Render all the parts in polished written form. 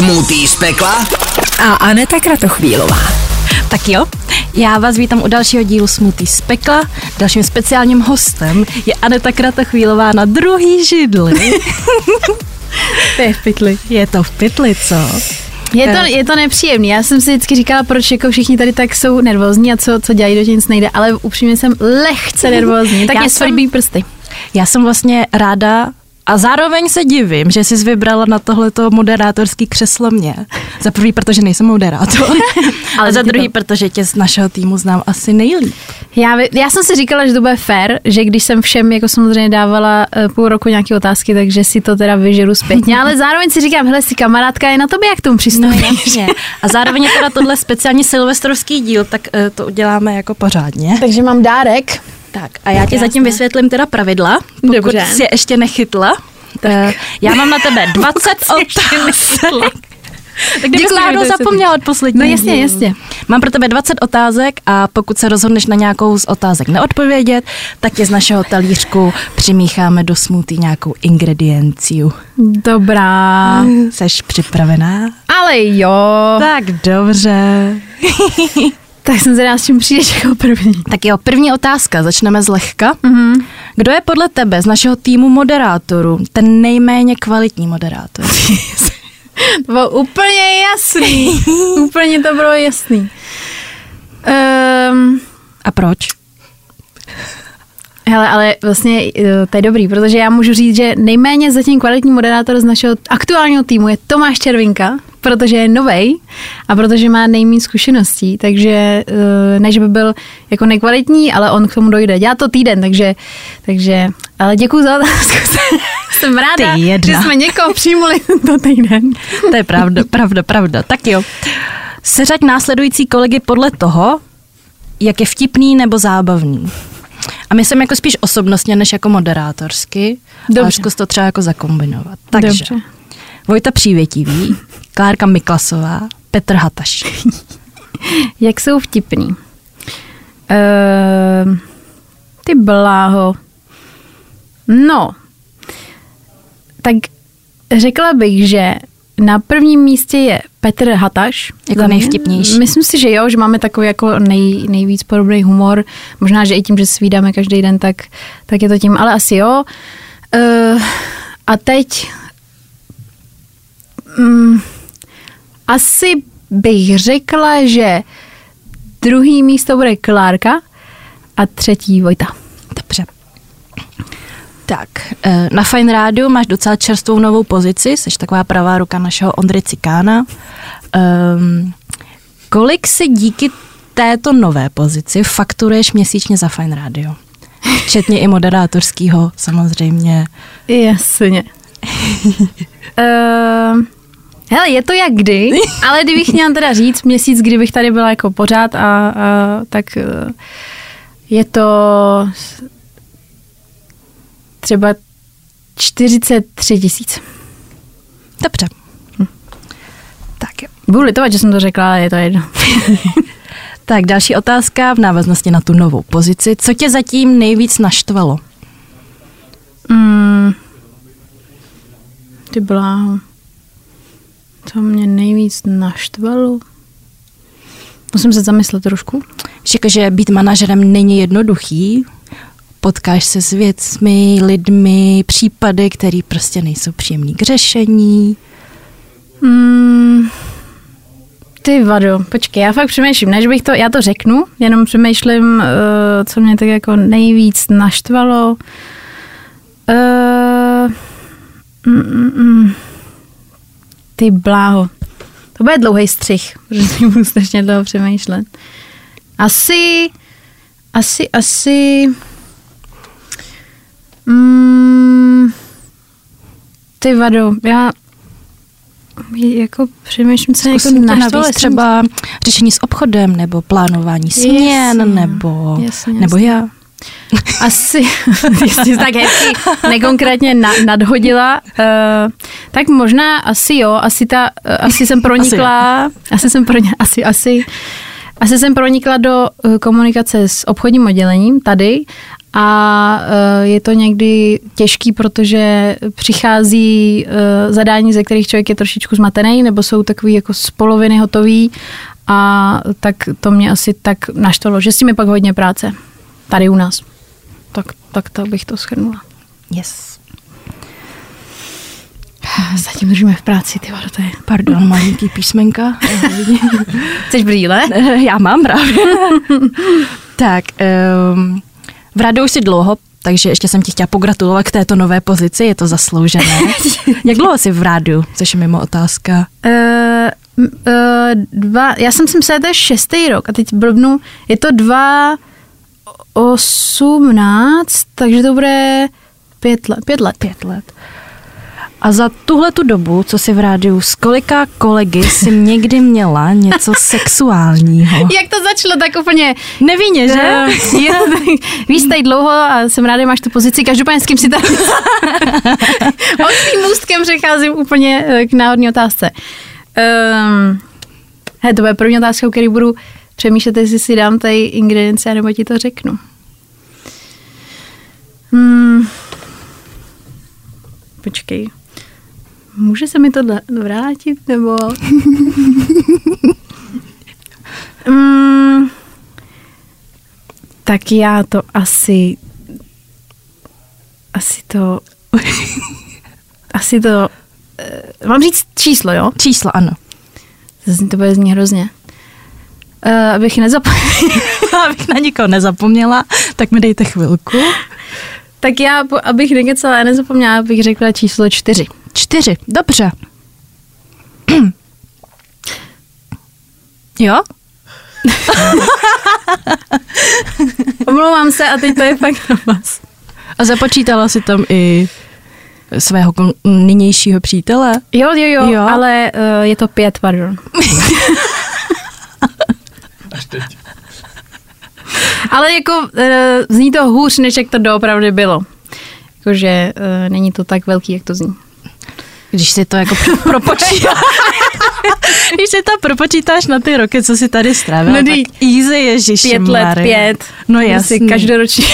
Smoothie z pekla a Aneta Kratochvílová. Tak jo, já vás vítám u dalšího dílu Smoothie z pekla. Dalším speciálním hostem je Aneta Kratochvílová na druhý židli. To je v pytli. Je to v pytli, co? Je to nepříjemný. Já jsem si vždycky říkala, proč jako všichni tady tak jsou nervózní a co dělají, do těch nic nejde, ale upřímně jsem lehce nervózní. Tak mě svrbí prsty. Já jsem vlastně ráda a zároveň se divím, že jsi vybrala na tohleto moderátorský křeslo mě. Za prvý, protože nejsem moderátor, ale za druhý, protože tě z našeho týmu znám asi nejlíp. Já jsem si říkala, že to bude fair, že když jsem všem jako samozřejmě dávala půl roku nějaké otázky, takže si to teda vyžeru zpětně, ale zároveň si říkám, hele, si kamarádka je na tobě, jak tomu přistoupíš. No, a zároveň je teda tohle speciální silvestrovský díl, tak to uděláme jako pořádně. Takže mám dárek. Tak a já ti zatím vysvětlím teda pravidla, pokud jsi je ještě nechytla. Já mám na tebe 20 otázek. Tak kdybych náhodou zapomněla od posledního. No jasně. Mám pro tebe 20 otázek a pokud se rozhodneš na nějakou z otázek neodpovědět, tak tě z našeho talířku přimícháme do smoothie nějakou ingredienciu. Dobrá. Seš připravená? Ale jo. Tak dobře. Tak jsem zvědavá, s čím přijdeš jako první. Tak jo, první otázka, začneme zlehka. Mm-hmm. Kdo je podle tebe z našeho týmu moderátorů ten nejméně kvalitní moderátor? To bylo úplně jasný. Úplně to bylo jasný. A proč? Hele, ale vlastně to je dobrý, protože já můžu říct, že nejméně zatím kvalitní moderátor z našeho aktuálního týmu je Tomáš Červinka, protože je novej a protože má nejméně zkušeností, takže než by byl jako nekvalitní, ale on k tomu dojde. Dělá to týden, takže ale děkuju za otázku. Jsem ráda, že jsme někoho přijmuli tento týden. To je pravda. Tak jo. Seřaď následující kolegy podle toho, jak je vtipný nebo zábavný. A myslím jako spíš osobnostně, než jako moderátorsky. Dobře. Ale zkus to třeba jako zakombinovat. Takže dobře. Vojta Přívětivý, Klárka Miklasová, Petr Hataš. Jak jsou vtipný? Ty bláho. No, tak řekla bych, že na prvním místě je Petr Hataš. Jako nejvtipnější. Myslím si, že jo, že máme takový jako nejvíc podobný humor. Možná, že i tím, že se vídáme každý den, tak je to tím, ale asi jo. A teď asi bych řekla, že druhý místo bude Klárka a třetí Vojta. Dobře. Tak, na Fajn rádiu máš docela čerstvou novou pozici, jsi taková pravá ruka našeho Ondry Cikána. Kolik si díky této nové pozici fakturuješ měsíčně za Fajn rádio? Včetně i moderátorského, samozřejmě. Jasně. Hele, je to jak kdy, ale kdybych měla teda říct měsíc, kdybych tady byla jako pořád tak je to třeba 43 000. Dobře. Tak jo. Budu litovat, že jsem to řekla, ale je to jedno. Tak další otázka v návaznosti na tu novou pozici. Co tě zatím nejvíc naštvalo? Ty bláho. Co mě nejvíc naštvalo? Musím se zamyslet trošku. Říká, že být manažerem není jednoduchý. Potkáš se s věcmi, lidmi, případy, které prostě nejsou příjemný k řešení. Ty vado, počkej, já fakt přemýšlím, než bych já to řeknu, jenom přemýšlím, co mě tak jako nejvíc naštvalo. Ty bláho. To bude dlouhý střih, protože si budu strašně dlouho přemýšlet. Asi ty vado, já jako přemýšlím, co jako naštvalo. Třeba řešení s obchodem, nebo plánování směn, nebo já. Asi, jsi tak hezky nekonkrétně nadhodila, tak možná asi jo, asi jsem pronikla, asi jsem pronikla do komunikace s obchodním oddělením tady a je to někdy těžký, protože přichází zadání, ze kterých člověk je trošičku zmatený, nebo jsou takový jako z poloviny hotový a tak to mě asi tak naštvalo, že s tím je pak hodně práce tady u nás. Tak to bych to shrnula. Yes. Zatím držíme v práci, ty vado, to je. Pardon, malinký písmenka. Chceš brýle? Já mám právě. Tak, v rádiu už si dlouho, takže ještě jsem ti chtěla pogratulovat k této nové pozici, je to zasloužené. Jak dlouho jsi v rádiu, což je mimo otázka? Já jsem se to je 6. rok a teď blbnu, je to 2018, takže to bude 5 let. 5 let. A za tuhletu dobu, co jsi v rádiu, s kolika kolegy jsi někdy měla něco sexuálního? Jak to začalo tak úplně... Nevinně, že? Víš, tady dlouho a jsem ráda, máš tu pozici. Každopádně s kým si tady... Tím můstkem přecházím úplně k náhodné otázce. To bude první otázka, o který budu přemýšlet, jestli si dám tady ingredience, nebo ti to řeknu. Počkej. Může se mi to vrátit, nebo... tak já to asi to... Mám říct číslo, jo? Číslo, ano. To bude znít hrozně. Abych abych na nikoho nezapomněla, tak mi dejte chvilku. Tak já, abych nekecala a nezapomněla, bych řekla číslo 4. 4, dobře. Jo? Omlouvám se a teď to je fakt na vás. A započítala si tam i svého nynějšího přítele? Jo, ale je to 5, pardon. Až teď. Ale jako zní to hůř, než jak to doopravdy bylo. Jakože není to tak velký, jak to zní. Když si to jako Když si to propočítáš na ty roky, co si tady strávila, tak easy, ježišmarja. 5 let. No jasný. Každoroční.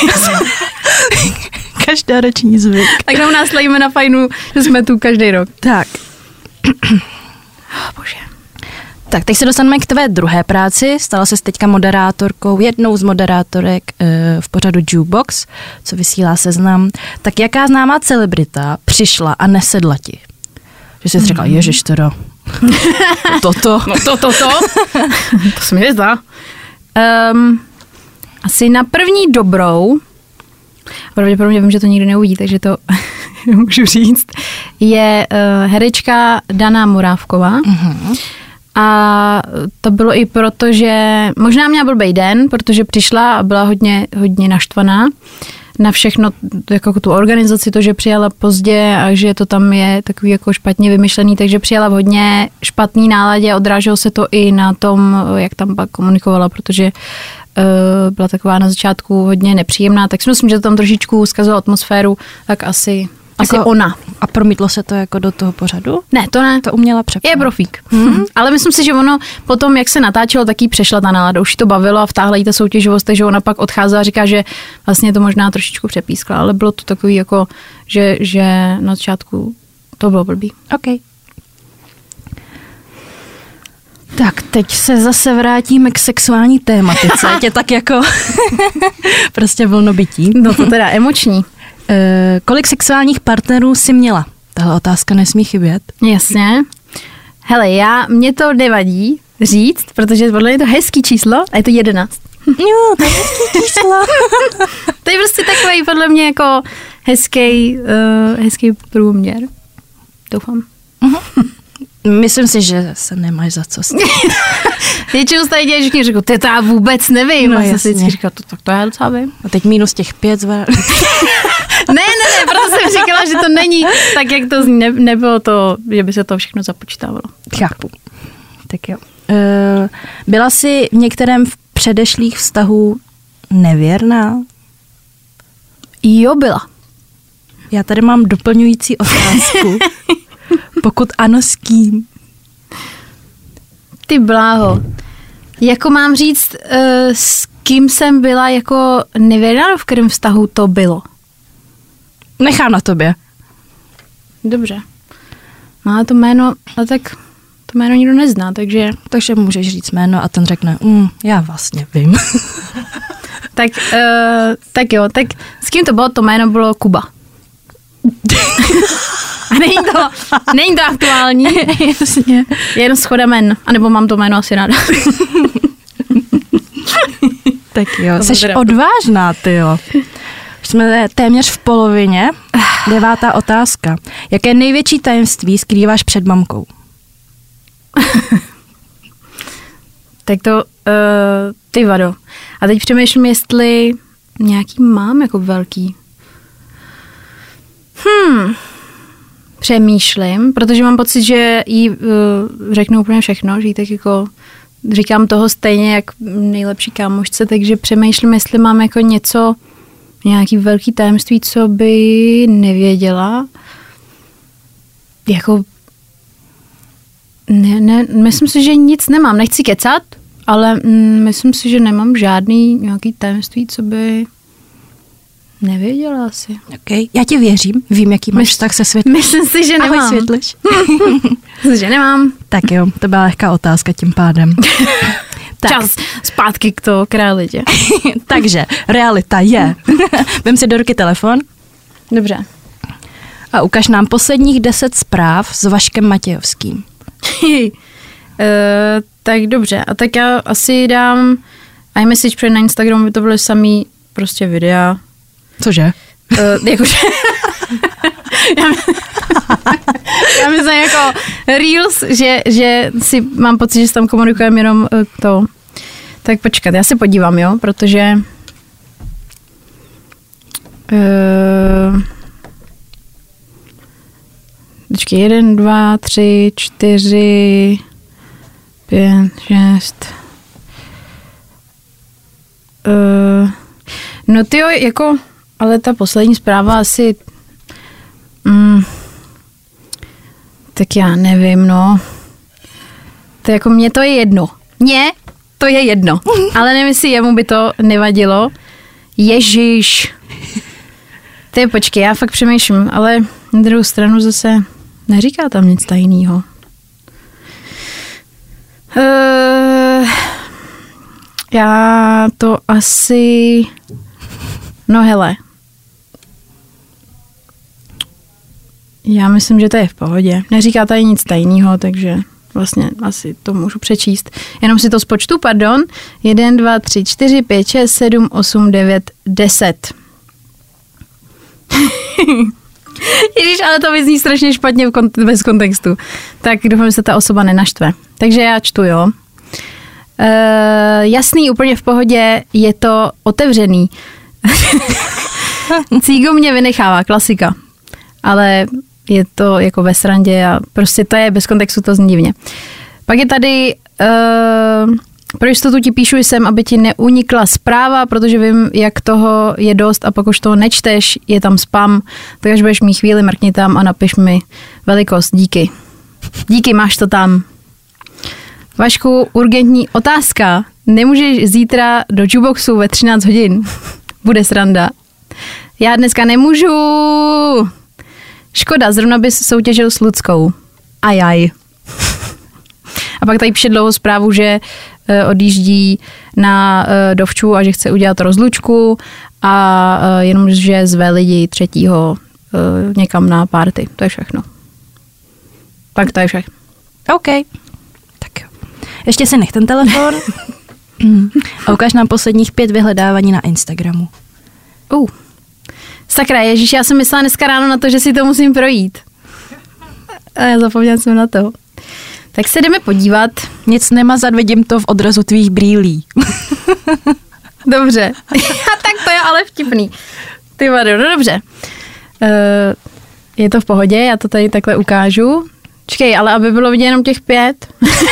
Každoroční zvyk. Tak nám nás lejme na fajnu, že jsme tu každý rok. Tak. Bože. Tak, teď se dostaneme k tvé druhé práci. Stala ses teďka moderátorkou, jednou z moderátorek v pořadu Jukebox, co vysílá Seznam. Tak jaká známá celebrita přišla a nesedla ti? Že jsi řekla, ježiš teda. Toto. No to se mi nezdá. Asi na první dobrou, pravděpodobně vím, že to nikdy neuvidí, takže to můžu říct, je herečka Dana Morávková. A to bylo i proto, že možná měla blbej den, protože přišla a byla hodně naštvaná na všechno, jako tu organizaci, to, že přijela pozdě a že to tam je takový jako špatně vymyšlený, takže přijela v hodně špatný náladě a odráželo se to i na tom, jak tam pak komunikovala, protože byla taková na začátku hodně nepříjemná, tak si myslím, že to tam trošičku zkazilo atmosféru, tak asi ona. A promítlo se to jako do toho pořadu? Ne, to ne. To uměla překonat. Je profík. Ale myslím si, že ono potom, jak se natáčelo, tak jí přešla ta nálada. Už jí to bavilo a vtáhla jí ta soutěživost, takže ona pak odcházela a říká, že vlastně to možná trošičku přepískla, ale bylo to takový jako, že na začátku to bylo blbý. OK. Tak, teď se zase vrátíme k sexuální tématice. Tě tak jako prostě volnobytí. No to teda emoční. Kolik sexuálních partnerů jsi měla? Tahle otázka nesmí chybět. Jasně. Hele, mě to nevadí říct, protože podle mě je to hezký číslo a je to 11. Jo, to je hezký číslo. To je prostě takový podle mě jako hezký průměr. Doufám. Myslím si, že se nemáš za co. Většinou se tady děje, že řekl, to já vůbec nevím. No, a jsem si vždycky říkala, tak to já docela vím. A teď minus těch 5 Ne, proto jsem říkala, že to není tak, jak to zní. Nebylo to, že by se to všechno započítávalo. Chápu. Tak jo. Byla jsi v některém v předešlých vztahů nevěrná? Jo, byla. Já tady mám doplňující otázku. Pokud ano, s kým? Ty bláho. Jako mám říct, s kým jsem byla jako nevěděla, v kterém vztahu to bylo. Nechám na tobě. Dobře. No ale to jméno, ale tak to jméno nikdo nezná, takže... Takže můžeš říct jméno a ten řekne, já vlastně vím. tak jo, tak s kým to bylo? To jméno bylo Kuba. A není to aktuální. Jasně. Je jen shoda jmen. A nebo mám to jméno asi ráda. Tak jo, jsi odvážná, tyjo. Už jsme téměř v polovině. 9. otázka. Jaké největší tajemství skrýváš před mamkou? Tak to, ty vado. A teď přemýšlím, jestli nějaký mám jako velký. Přemýšlím, protože mám pocit, že jí řeknu úplně všechno, že jí tak jako říkám toho stejně jak nejlepší kámošce, takže přemýšlím, jestli mám jako něco, nějaký velký tajemství, co by nevěděla. Jako ne, myslím si, že nic nemám. Nechci kecat, ale myslím si, že nemám žádný nějaký tajemství, co by nevěděla asi. Okay. Já ti věřím, vím, jaký máš vztah se světlem. Myslím si, že nemám. Ahoj, Světliš. Myslím, že nemám. Tak jo, to byla lehká otázka tím pádem. Tak. Čas zpátky k realitě. Takže, realita je. Vem si do ruky telefon. Dobře. A ukaž nám posledních 10 zpráv s Vaškem Matějovským. Tak dobře. A tak já asi dám iMessage, protože na Instagramu by to byly samý prostě videa. Cože? Jakože... já myslím jako Reels, že si mám pocit, že se tam komunikujeme jenom to. Tak počkat, já se podívám, jo, protože... Počkej, 1, 2, 3, 4, 5, 6... No tyjo, jako... Ale ta poslední zpráva asi... tak já nevím, no. To jako mně to je jedno. Mně to je jedno. Ale nevím, jestli jemu by to nevadilo. Ježiš. Ty počkej, já fakt přemýšlím, ale na druhou stranu zase neříká tam nic tajného. Já to asi... No hele. Já myslím, že to je v pohodě. Neříká tady nic tajného, takže vlastně asi to můžu přečíst. Jenom si to spočtu, pardon. 1, 2, 3, 4, 5, 6, 7, 8, 9, 10. Ježíš, ale to vyzní strašně špatně bez kontextu. Tak doufám, že se ta osoba nenaštve. Takže já čtu, jo. Jasný, úplně v pohodě, je to otevřený. Cígo mě vynechává, klasika. Ale je to jako ve srandě a prostě to je bez kontextu, to zní divně. Pak je tady, pro jistotu ti píšu sem, aby ti neunikla zpráva, protože vím, jak toho je dost a pak už toho nečteš, je tam spam, tak až budeš mít chvíli, mrkni tam a napiš mi velikost, díky. Díky, máš to tam. Vašku, urgentní otázka. Nemůžeš zítra do jukeboxu ve 13 hodin? Bude sranda. Já dneska nemůžu. Škoda, zrovna bys soutěžil s Luckou. Ajaj. A pak tady píše dlouhou zprávu, že odjíždí na dovču a že chce udělat rozlučku a jenom, že zve lidi 3. někam na party. To je všechno. Tak to je všechno. OK. Tak jo. Ještě si nech ten telefon. A ukáž nám posledních 5 vyhledávání na Instagramu. Sakra, ježiš, já jsem myslela dneska ráno na to, že si to musím projít. A já zapomněla jsem na to. Tak se jdeme podívat. Nic nemazat, vidím to v odrazu tvých brýlí. Dobře. Tak to je ale vtipný. Ty vado, no dobře. Je to v pohodě, já to tady takhle ukážu. Čekej, ale aby bylo vidět jenom těch 5.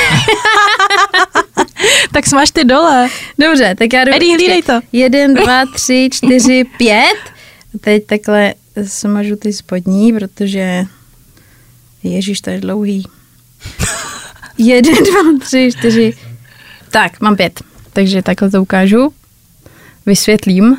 Tak smaž ty dole. Dobře, tak já jdu. Edi, hlídej to. 1, 2, 3, 4, 5. A teď takhle smažu ty spodní, protože ježiš, to je dlouhý. 1, 2, 3, 4. Tak, mám 5. Takže takhle to ukážu. vysvětlím.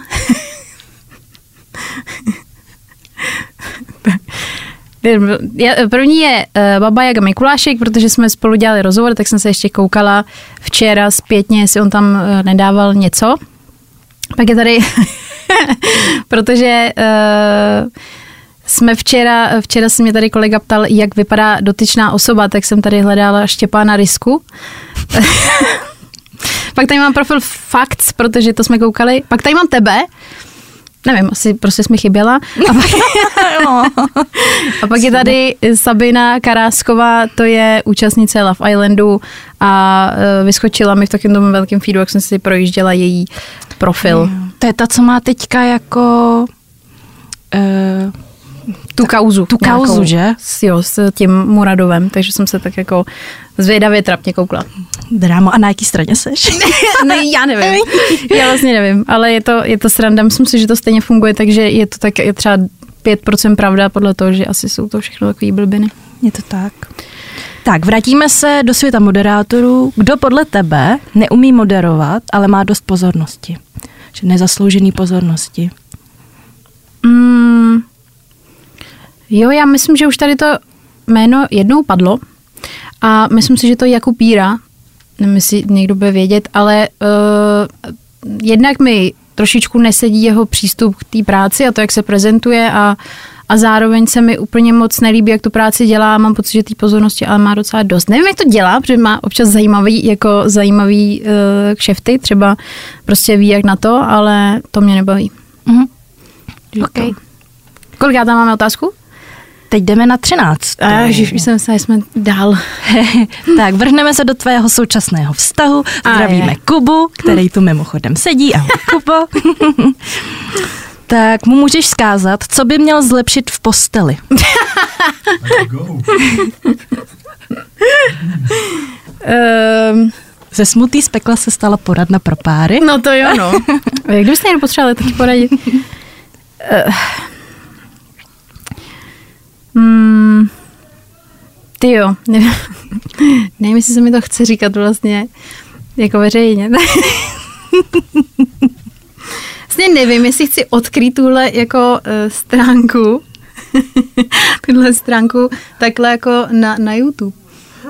První je Baba Jaga Mikulášek, protože jsme spolu dělali rozhovor, tak jsem se ještě koukala včera zpětně, jestli on tam nedával něco. Pak je tady, protože jsme včera se mě tady kolega ptal, jak vypadá dotyčná osoba, tak jsem tady hledala Štěpána Rysku. Pak tady mám profil Facts, protože to jsme koukali. Pak tady mám tebe. Nevím, asi prostě jsme chyběla. A pak je tady Sabina Karásková, to je účastnice Love Islandu a vyskočila mi v takovém tom velkém feedu, jak jsem si projížděla její profil. To je ta, co má teďka jako... Tu kauzu, že? Jo, s tím Muradovem, takže jsem se tak jako zvědavě trapně koukla. Drámo, a na jaký straně seš? Ne, já nevím. Já vlastně nevím, ale je to sranda. Myslím si, že to stejně funguje, takže je to tak, je třeba 5% pravda podle toho, že asi jsou to všechno takový blbiny. Je to tak. Tak, vrátíme se do světa moderátorů. Kdo podle tebe neumí moderovat, ale má dost pozornosti? Že nezasloužený pozornosti. Jo, já myslím, že už tady to jméno jednou padlo a myslím si, že to je Jakub Jíra, nevím, jestli někdo bude vědět, ale jednak mi trošičku nesedí jeho přístup k té práci a to, jak se prezentuje a zároveň se mi úplně moc nelíbí, jak tu práci dělá, mám pocit, že té pozornosti ale má docela dost. Nevím, jak to dělá, protože má občas zajímavý kšefty, třeba prostě ví, jak na to, ale to mě nebaví. Okay. Kolik já tam máme otázku? Teď jdeme na 13. Ježiš, už jsem myslela, že jsme dál. Tak, vrhneme se do tvého současného vztahu. Zdravíme Kubu, který tu mimochodem sedí. Ahoj, Kubo. Tak mu můžeš vzkázat, co by měl zlepšit v posteli. Ze smutný z pekla se stala poradna pro páry. No to jo, no. Jak kdybyste někdo potřebovali taky poradit? Ty jo, nevím, jestli se mi to chce říkat vlastně jako veřejně. Vlastně nevím, jestli chci odkrýt tuhle jako stránku, tuhle stránku takhle jako na YouTube.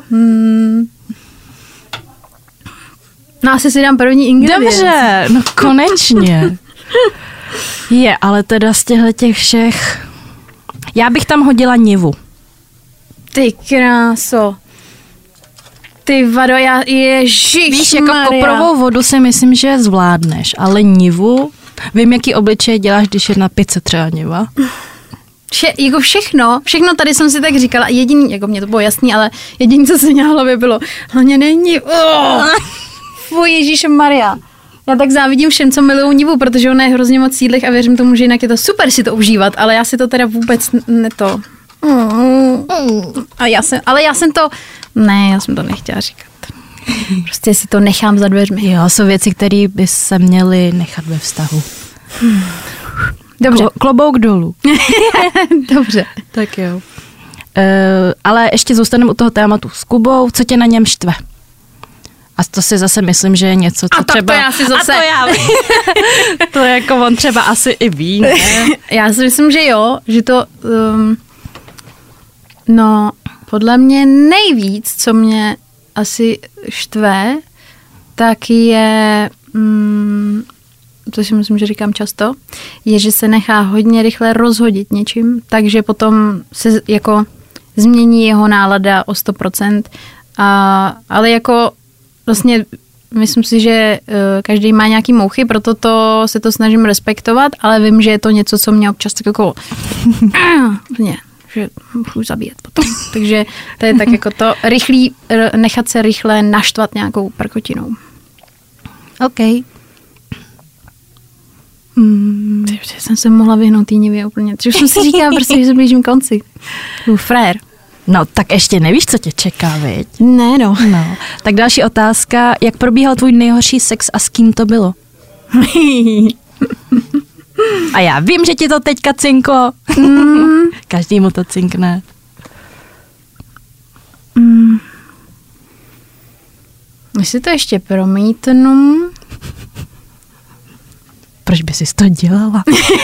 No asi si dám první ingredienc. Dobře, no konečně. Ale teda z těch všech... Já bych tam hodila nivu. Ty kráso. Ty vado, ježišmarja. Víš, jako koprovou vodu si myslím, že zvládneš, ale nivu, vím, jaký obličej děláš, když je na pice třeba niva. Jako všechno tady jsem si tak říkala, jediný, jako mě to bylo jasný, ale jediný, co se mě v hlavě bylo, hlavně není, fuj, ježišmarja. Já tak závidím všem, co milují nivu, protože ona je hrozně moc sídlých a věřím tomu, že jinak je to super si to užívat, ale já si to teda vůbec neto. Já jsem to nechtěla říkat. Prostě si to nechám za dveřmi. Jo, jsou věci, které by se měly nechat ve vztahu. Dobře. Klobouk dolů. Dobře. Tak jo. Ale ještě zůstaneme u toho tématu s Kubou. Co tě na něm štve? A to si zase myslím, že je něco, co třeba... A to já si zase... A to já to jako on třeba asi i ví, ne? Já si myslím, že jo, že to... No, podle mě nejvíc, co mě asi štve, tak je... to si myslím, že říkám často, je, že se nechá hodně rychle rozhodit něčím, takže potom se jako změní jeho nálada o 100%. Ale jako vlastně myslím si, že každý má nějaký mouchy, proto se to snažím respektovat, ale vím, že je to něco, co mě občas tak jako že můžu zabíjet potom. Takže to je tak jako to nechat se rychle naštvat nějakou prkotinou. OK. Jsem se mohla vyhnout týnivě úplně. Třeba jsem si říkala prostě, že se blížím konci. Frér. No, tak ještě nevíš, co tě čeká, viď? Ne, no. Tak další otázka. Jak probíhal tvůj nejhorší sex a s kým to bylo? A já vím, že ti to teďka cinklo. Každý mu to cinkne. Jestli to ještě promítnu. proč by si to dělala?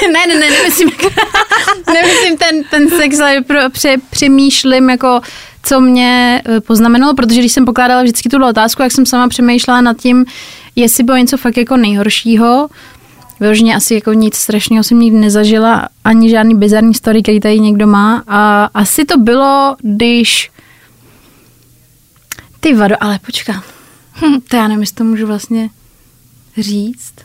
nemyslím ten sex, ale přemýšlím jako co mě poznamenalo, protože když jsem pokládala vždycky tuhle otázku, jak jsem sama přemýšlela nad tím, jestli bylo něco fakt jako nejhoršího. Vyloženě asi jako nic strašného jsem nikdy nezažila, ani žádný bizarní story, který tady někdo má. A asi to bylo, když... Ty vado, ale počkám. To já nevím, jestli to můžu vlastně říct.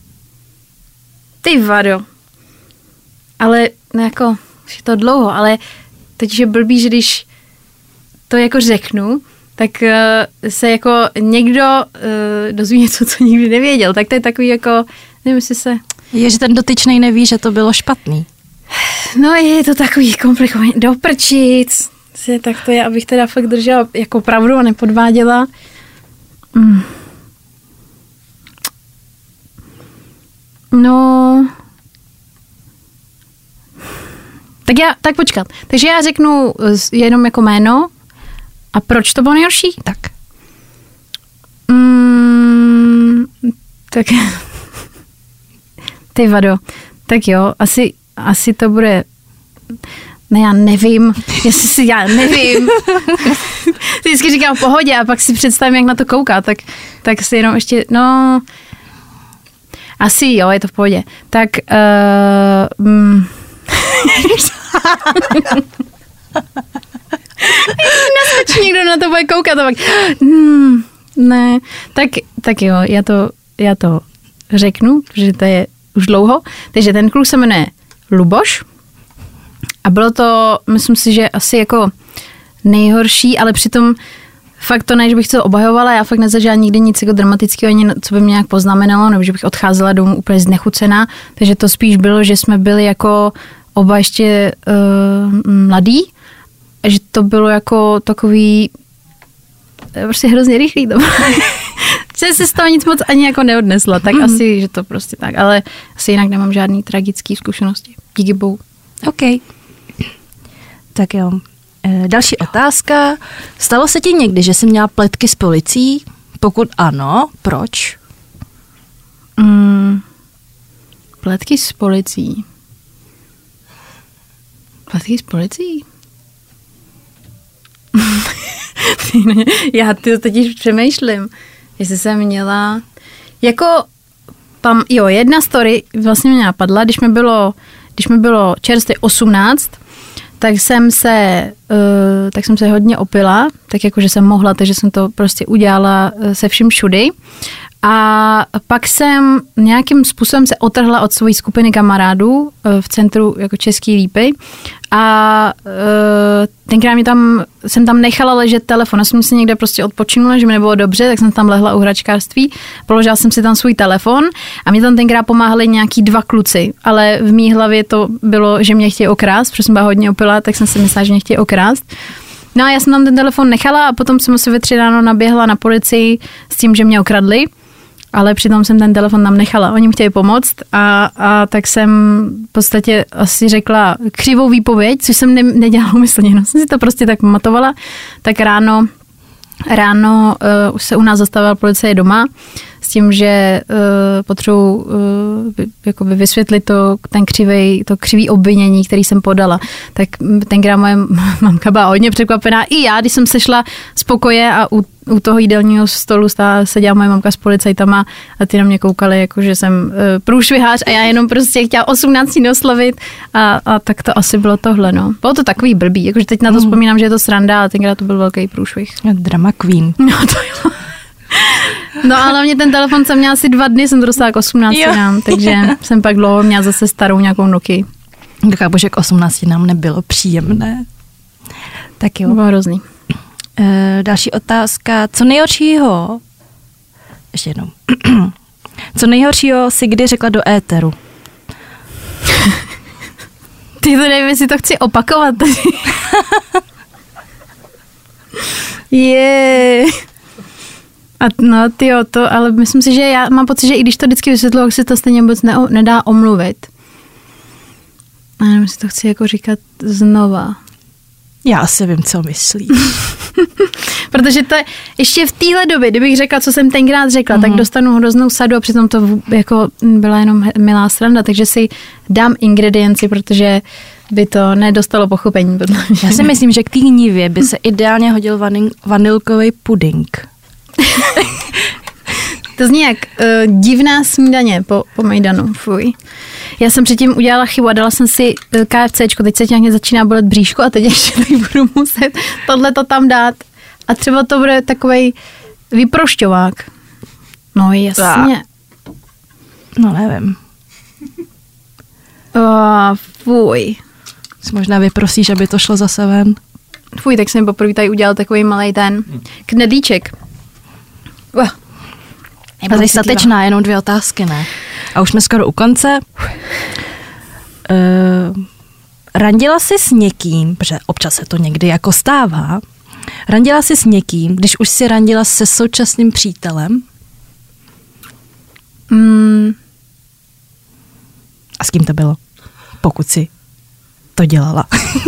Ty vado. Ale jako, je to dlouho, ale teď je blbý, že když to jako řeknu, tak se jako někdo dozví něco, co nikdy nevěděl. Tak to je takový jako, nevím, jestli se... Je, že ten dotyčnej neví, že to bylo špatný. No je to takový komplikovaný. Doprčit. Tak to je, abych teda fakt držela jako pravdu a nepodváděla. No... Tak počkat. Takže já řeknu jenom jako jméno a proč to bylo nejhorší? Tak. Tak ty vado. Tak jo, asi to bude... Ne, já nevím. Já nevím. Ty vždycky říkám v pohodě a pak si představím, jak na to kouká, tak si jenom ještě, no... Asi jo, je to v pohodě. Tak... Naskočí někdo na to bude koukat a pak... ne, tak jo, já to řeknu, protože to je už dlouho. Takže ten kluk se jmenuje Luboš a bylo to, myslím si, že asi jako nejhorší, ale přitom fakt to ne, že bych to obhajovala, já fakt nezažila nikdy nic jako dramatického, ani co by mě nějak poznamenalo, nebo že bych odcházela domů úplně znechucená, takže to spíš bylo, že jsme byli jako oba ještě mladí, a že to bylo jako takový prostě hrozně rychlý. Že se z toho nic moc ani jako neodnesla, tak asi, že to prostě tak, ale asi jinak nemám žádný tragický zkušenosti. Díky bohu. OK. Tak jo. Další otázka. Stalo se ti někdy, že jsi měla pletky s policií? Pokud ano, proč? Pletky s policií. Pletky s policií? Já teď přemýšlím, jestli jsem měla... Jako, jedna story vlastně mě napadla, když mi bylo čerstvě 18, tak jsem se hodně opila, tak jako, že jsem mohla, takže jsem to prostě udělala se vším všudy. A pak jsem nějakým způsobem se otrhla od své skupiny kamarádů v centru jako Český Lípy a tenkrát jsem tam nechala ležet telefon. Já jsem si někde prostě odpočinula, že mi nebylo dobře, tak jsem tam lehla u hračkářství, položila jsem si tam svůj telefon a mě tam tenkrát pomáhali nějaký 2 kluci, ale v mý hlavě to bylo, že mě chtějí okrást, protože jsem byla hodně opila, tak jsem si myslela, že mě chtějí okrást. No a já jsem tam ten telefon nechala a potom jsem asi ve 3 ráno naběhla na policii s tím, že mě okradli. Ale přitom jsem ten telefon tam nechala. Oni mi chtěli pomoct a tak jsem v podstatě asi řekla křivou výpověď, což jsem nedělala úmyslně. No, jsem si to prostě tak pamatovala. Tak ráno už se u nás zastavila policie doma s tím, že potřebuji jakoby vysvětlit to křivý obvinění, který jsem podala. Tak tenkrát moje mamka byla hodně překvapená. I já, když jsem sešla z pokoje a u toho jídelního stolu seděla moje mamka s policajtama a ty na mě koukali, jako že jsem průšvihář a já jenom prostě chtěla 18 oslavit a tak to asi bylo tohle, no. Bylo to takový blbý, jakože teď na to vzpomínám, že je to sranda, ale tenkrát to byl velký průšvih. Drama queen. No to jo. No ale hlavně ten telefon jsem měla asi 2 dny, jsem to dostala k 18 nám, takže jsem pak dlouho měla zase starou nějakou Nokii. Chápu, že k 18 nám nebylo příjemné. Tak jo. Bylo hrozný. Další otázka. Co nejhoršího? Ještě jednou. Co nejhoršího si kdy řekla do éteru? Ty to nevím, jestli to chci opakovat. A no, tyjo, ale myslím si, že já mám pocit, že i když to vždycky vysvětluji, tak si to stejně vůbec nedá omluvit. A nevím, jestli to chci jako říkat znova. Já asi vím, co myslíš. Protože to je, ještě v téhle době, kdybych řekla, co jsem tenkrát řekla, tak dostanu hroznou sadu a přitom to jako byla jenom milá sranda, takže si dám ingredienci, protože by to nedostalo pochopení. Já si myslím, že k té nivě by se ideálně hodil vanilkový puding. To zní jak divná snídaně po mejdanu. Fuj. Já jsem předtím udělala chybu a dala jsem si KFCčko, teď se nějak začíná bolet bříško a teď ještě tady budu muset tohleto tam dát. A třeba to bude takovej vyprošťovák. No jasně. No nevím. Fuj. Možná vyprosíš, aby to šlo zase ven. Fuj, tak jsem poprvé tady udělal takový malej ten knedlíček. A teď statečná, jenom 2 otázky, ne? A už jsme skoro u konce. Randila jsi s někým, protože občas se to někdy jako stává, randila jsi s někým, když už si randila se současným přítelem? A s kým to bylo? Pokud si to dělala.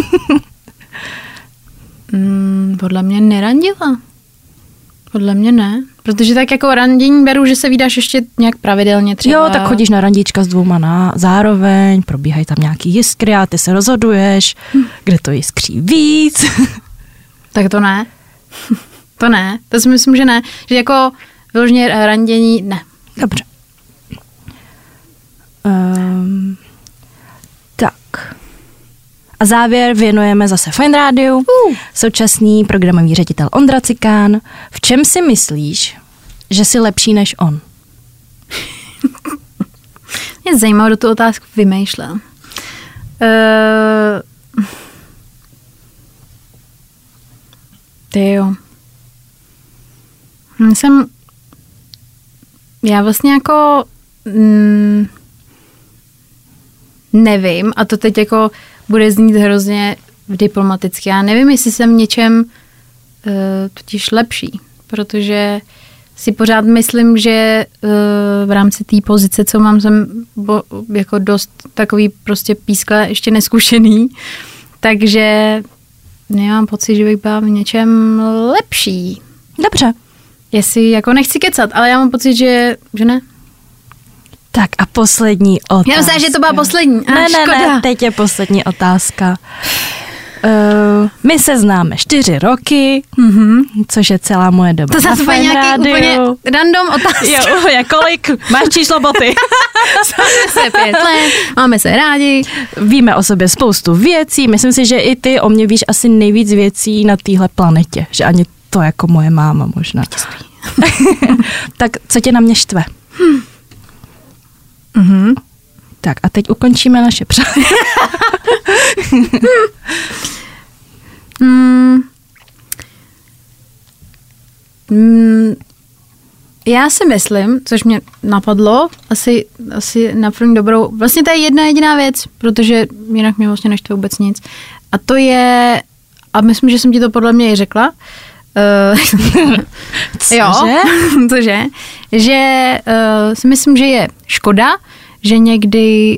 Podle mě nerandila. Podle mě ne. Protože tak jako randění beru, že se vídáš ještě nějak pravidelně třeba. Jo, tak chodíš na randíčka s 2 zároveň, probíhají tam nějaký jiskry a ty se rozhoduješ, kde to jiskří víc. Tak to ne. To ne. To si myslím, že ne. Že jako vyloženě randění, ne. Dobře. Tak. A závěr věnujeme zase Fajn rádiu. Současný programový ředitel Ondra Cikán. V čem si myslíš, že jsi lepší než on? Mě zajímalo, kdo tu otázku vymýšlel. Tyjo. Já vlastně jako nevím, a to teď jako bude znít hrozně diplomaticky. Já nevím, jestli jsem v něčem totiž lepší, protože si pořád myslím, že v rámci té pozice, co mám, jsem jako dost takový prostě pískle ještě neskušený, takže nemám pocit, že bych byla v něčem lepší. Dobře. Jestli jako nechci kecat, ale já mám pocit, že ne. Tak a poslední otázka. Já myslím, že to byla poslední. Ne, teď je poslední otázka. My se známe 4 roky, což je celá moje doba. To zase úplně nějaký úplně random otázky. Jo, kolik? Máš číslo boty? 75 let, máme se rádi. Víme o sobě spoustu věcí, myslím si, že i ty o mě víš asi nejvíc věcí na téhle planetě, že ani to jako moje máma možná. Tak co tě na mě štve? Tak a teď ukončíme naše přání. Já si myslím, což mě napadlo, asi na první dobrou, vlastně to je jedna jediná věc, protože jinak mě vlastně neštve vůbec nic. A to je, a myslím, že jsem ti to podle mě i řekla, Cože? Že si myslím, že je škoda, že někdy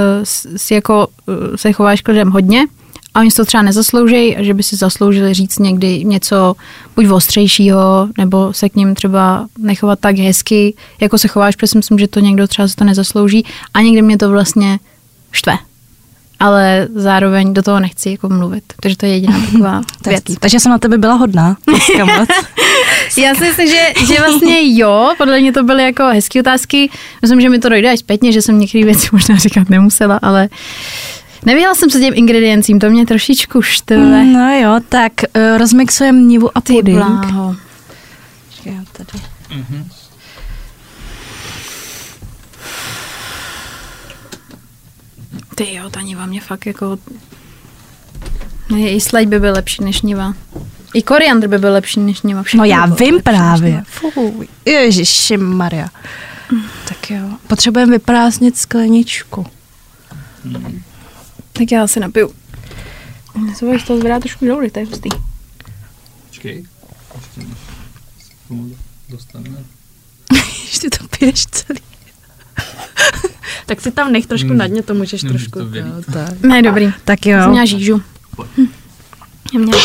se chováš k lidem hodně a oni si to třeba nezasloužejí a že by si zasloužili říct někdy něco buď ostřejšího, nebo se k ním třeba nechovat tak hezky, jako se chováš, protože si myslím, že to někdo třeba si to nezaslouží a někdy mě to vlastně štve. Ale zároveň do toho nechci jako mluvit, protože to je jediná taková věc. Takže jsem na tebe byla hodná. Já si myslím, že vlastně jo, podle mě to byly jako hezké otázky. Myslím, že mi to dojde až zpětně, že jsem některé věci možná říkat nemusela, ale nevyhla jsem se těm ingrediencím, to mě trošičku štve. No jo, tak rozmixujeme nivu a puding. Ty bláho. Já tady. Ty jo, ta niva mě fakt jako... I slaď by byl lepší než niva. I koriandr by byl lepší než niva. No já vím právě. Fuj, ježišimaria. Tak jo, potřebujeme vyprázdnit skleničku. Tak já si napiju. Já se z toho zvedá trošku žaludek, to je hustý. Počkej, ještě dostaneme. Ještě to piješ celý. Tak si tam nech trošku na dně, to můžeš trošku. To tak. Ne, dobrý. Tak jo. Jsem měla žížu. Mňam.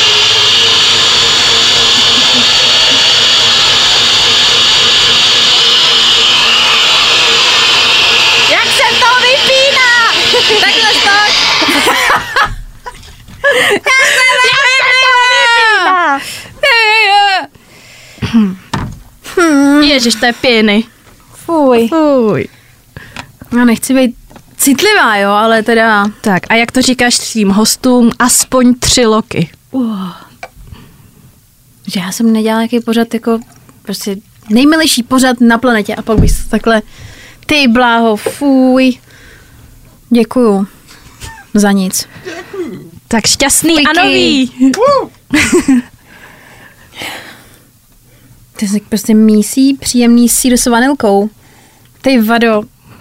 Jak se to vypíná? Takhle tak. Jak se to vypíná? Ježiš, to je pěny. Fuj. Fuj. Já nechci být citlivá, jo, ale teda... Tak a jak to říkáš svým hostům, aspoň 3 loky. Že já jsem nedělala nějaký pořad jako prostě nejmilejší pořad na planetě a pak bych se takhle ty bláho, fuj. Děkuju. Za nic. Tak šťastný Díky. a nový. Ty jsi prostě mísí příjemný sýr s vanilkou. Ty vado.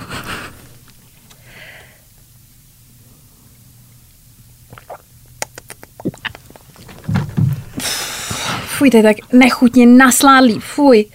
Fuj, to je tak nechutně nasládlý. Fuj.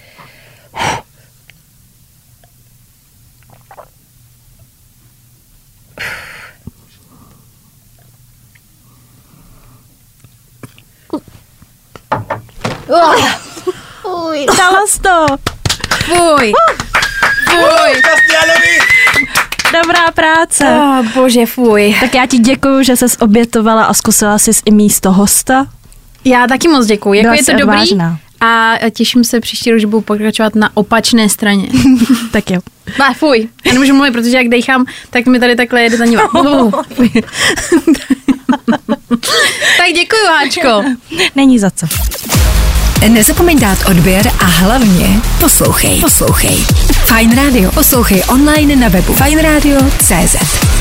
Fuj, dala jsi to. Fuj. Fuj. Dobrá práce. Bože, fuj. Tak já ti děkuju, že ses obětovala a zkusila jsi i místo hosta. Já taky moc děkuju. Jako Byla je to jsi dobrý. odvážná. A těším se příští rok, že budu pokračovat na opačné straně. Tak jo. Fuj. Já nemůžu mluvit, protože jak dejchám, tak mi tady takhle jede ta niva. Tak děkuju, Háčko. Není za co. Nezapomeň dát odběr a hlavně poslouchej. Fajn Radio. Poslouchej online na webu fajnradio.cz.